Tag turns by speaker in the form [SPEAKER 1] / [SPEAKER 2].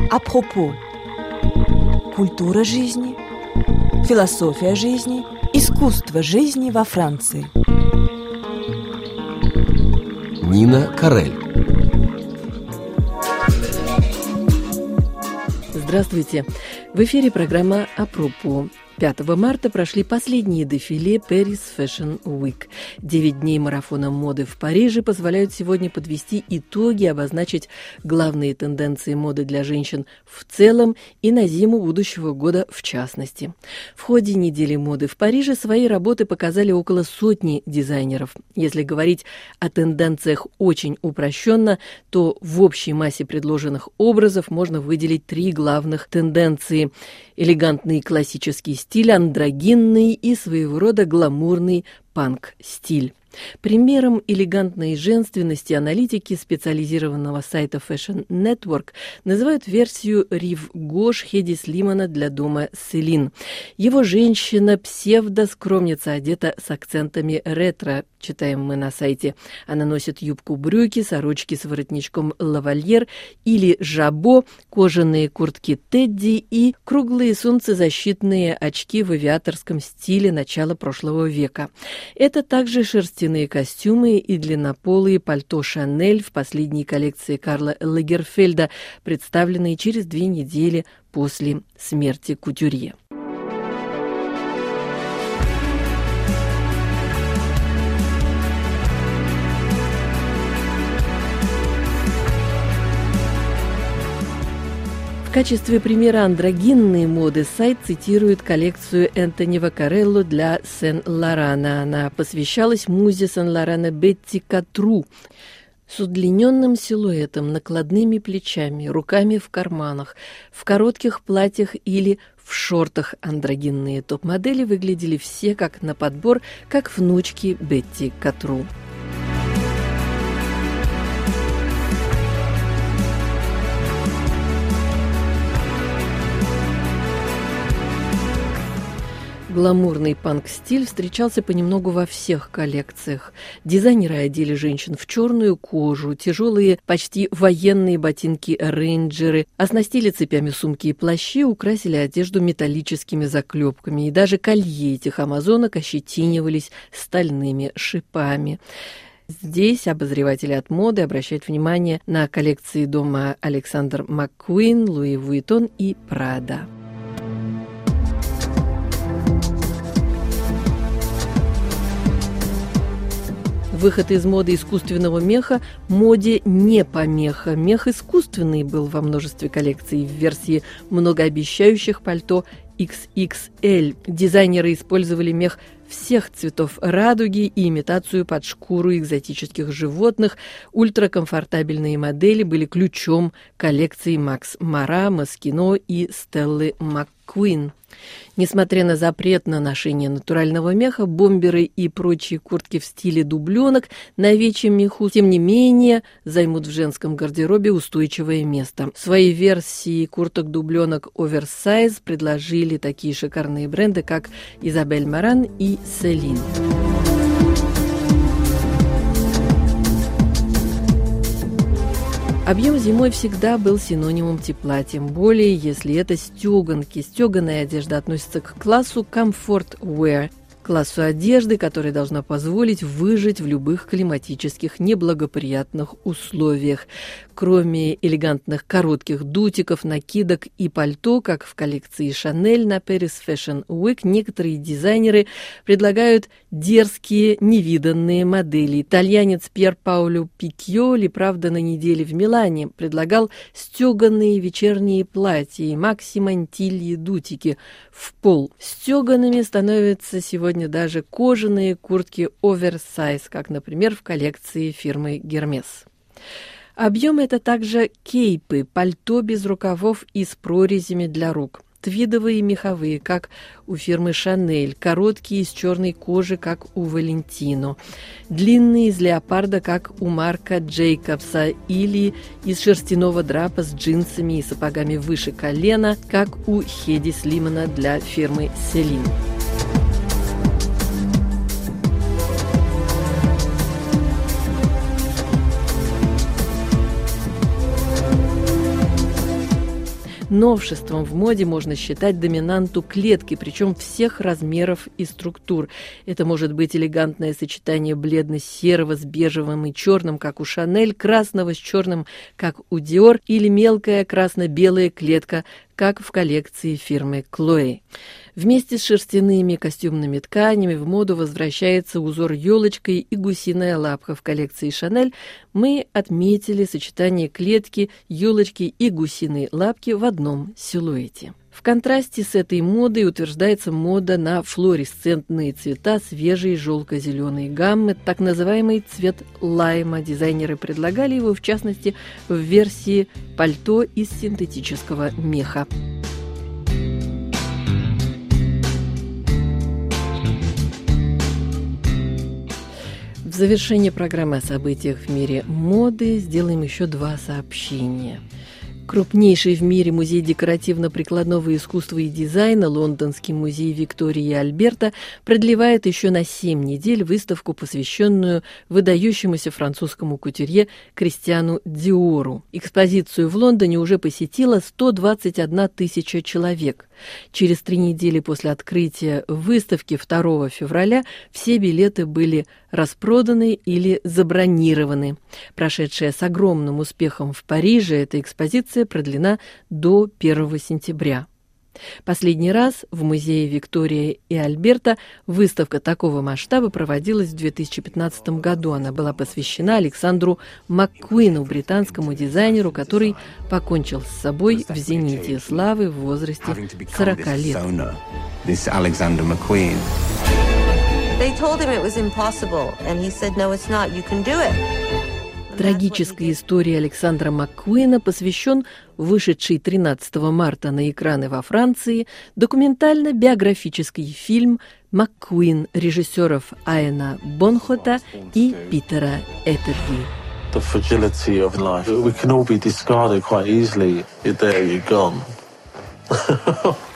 [SPEAKER 1] Апропо. Культура жизни, философия жизни, искусство жизни во Франции.
[SPEAKER 2] Нина Карель.
[SPEAKER 3] Здравствуйте! В эфире программа «Апропо». 5 марта прошли последние дефиле Paris Fashion Week. 9 дней марафона моды в Париже позволяют сегодня подвести итоги, обозначить главные тенденции моды для женщин в целом и на зиму будущего года в частности. В ходе недели моды в Париже свои работы показали около сотни дизайнеров. Если говорить о тенденциях очень упрощенно, то в общей массе предложенных образов можно выделить 3 главных тенденции: элегантный классический стиль, андрогинный и своего рода гламурный панк-стиль. Примером элегантной женственности аналитики специализированного сайта Fashion Network называют версию Рив Гош Хеди Слимана для дома Селин. Его женщина-псевдо-скромница одета с акцентами ретро, читаем мы на сайте. Она носит юбку-брюки, сорочки с воротничком лавальер или жабо, кожаные куртки Тедди и круглые солнцезащитные очки в авиаторском стиле начала прошлого века. Это также шерстяные костюмы и длиннополые пальто Шанель в последней коллекции Карла Лагерфельда, представленные через 2 недели после смерти кутюрье. В качестве примера андрогинной моды сайт цитирует коллекцию Энтони Вакарелло для Сен-Лорана. Она посвящалась музе Сен-Лорана Бетти Катру с удлиненным силуэтом, накладными плечами, руками в карманах, в коротких платьях или в шортах. Андрогинные топ-модели выглядели все как на подбор, как внучки Бетти Катру. Гламурный панк-стиль встречался понемногу во всех коллекциях. Дизайнеры одели женщин в черную кожу, тяжелые, почти военные ботинки-рейнджеры, оснастили цепями сумки и плащи, украсили одежду металлическими заклепками, и даже колье этих амазонок ощетинивались стальными шипами. Здесь обозреватели от моды обращают внимание на коллекции дома Александр Маккуин, Луи Вуиттон и Прада. Выход из моды искусственного меха моде не помеха. Мех искусственный был во множестве коллекций в версии многообещающих пальто XXL. Дизайнеры использовали мех всех цветов радуги и имитацию под шкуру экзотических животных. Ультракомфортабельные модели были ключом коллекций Макс Мара, Москино и Стеллы Маккуин. Несмотря на запрет на ношение натурального меха, бомберы и прочие куртки в стиле дубленок на овечьем меху, тем не менее, займут в женском гардеробе устойчивое место. В своей версии курток-дубленок оверсайз предложили такие шикарные бренды, как Изабель Маран и Селин. Объем зимой всегда был синонимом тепла, тем более, если это стеганки. Стеганая одежда относится к классу комфорт-wear, классу одежды, которая должна позволить выжить в любых климатических неблагоприятных условиях. Кроме элегантных коротких дутиков, накидок и пальто, как в коллекции Шанель на Paris Fashion Week, некоторые дизайнеры предлагают дерзкие, невиданные модели. Итальянец Пьер Паоло Пикьоли, правда, на неделе в Милане предлагал стеганые вечерние платья и макси-мантильи дутики в пол. Стегаными становятся сегодня даже кожаные куртки оверсайз, как, например, в коллекции фирмы Гермес. Объем – это также кейпы, пальто без рукавов и с прорезями для рук. Твидовые меховые, как у фирмы Шанель, короткие из черной кожи, как у Валентино, длинные из леопарда, как у Марка Джейкобса, или из шерстяного драпа с джинсами и сапогами выше колена, как у Хеди Слимана для фирмы Селин. Новшеством в моде можно считать доминанту клетки, причем всех размеров и структур. Это может быть элегантное сочетание бледно-серого с бежевым и черным, как у Шанель, красного с черным, как у Диор, или мелкая красно-белая клетка, как в коллекции фирмы Chloé. Вместе с шерстяными костюмными тканями в моду возвращается узор елочкой и гусиная лапка. В коллекции Шанель мы отметили сочетание клетки, елочки и гусиной лапки в одном силуэте. В контрасте с этой модой утверждается мода на флуоресцентные цвета свежей желто-зеленой гаммы, так называемый цвет лайма. Дизайнеры предлагали его, в частности, в версии пальто из синтетического меха. В завершение программы о событиях в мире моды сделаем еще два сообщения. Крупнейший в мире музей декоративно-прикладного искусства и дизайна, Лондонский музей Виктории и Альберта, продлевает еще на 7 недель выставку, посвященную выдающемуся французскому кутюрье Кристиану Диору. Экспозицию в Лондоне уже посетило 121 тысяча человек. Через 3 недели после открытия выставки 2 февраля все билеты были распроданы или забронированы. Прошедшая с огромным успехом в Париже, эта экспозиция продлена до 1 сентября. Последний раз в музее Виктория и Альберта выставка такого масштаба проводилась в 2015 году. Она была посвящена Александру Маккуину, британскому дизайнеру, который покончил с собой в зените славы в возрасте 40 лет. Трагической истории Александра Маккуина посвящен вышедший 13 марта на экраны во Франции документально-биографический фильм «Маккуин» режиссеров Айана Бонхота и Питера Этерди.
[SPEAKER 4] The fragility of life. We can all be discarded quite easily. You're there, you're gone.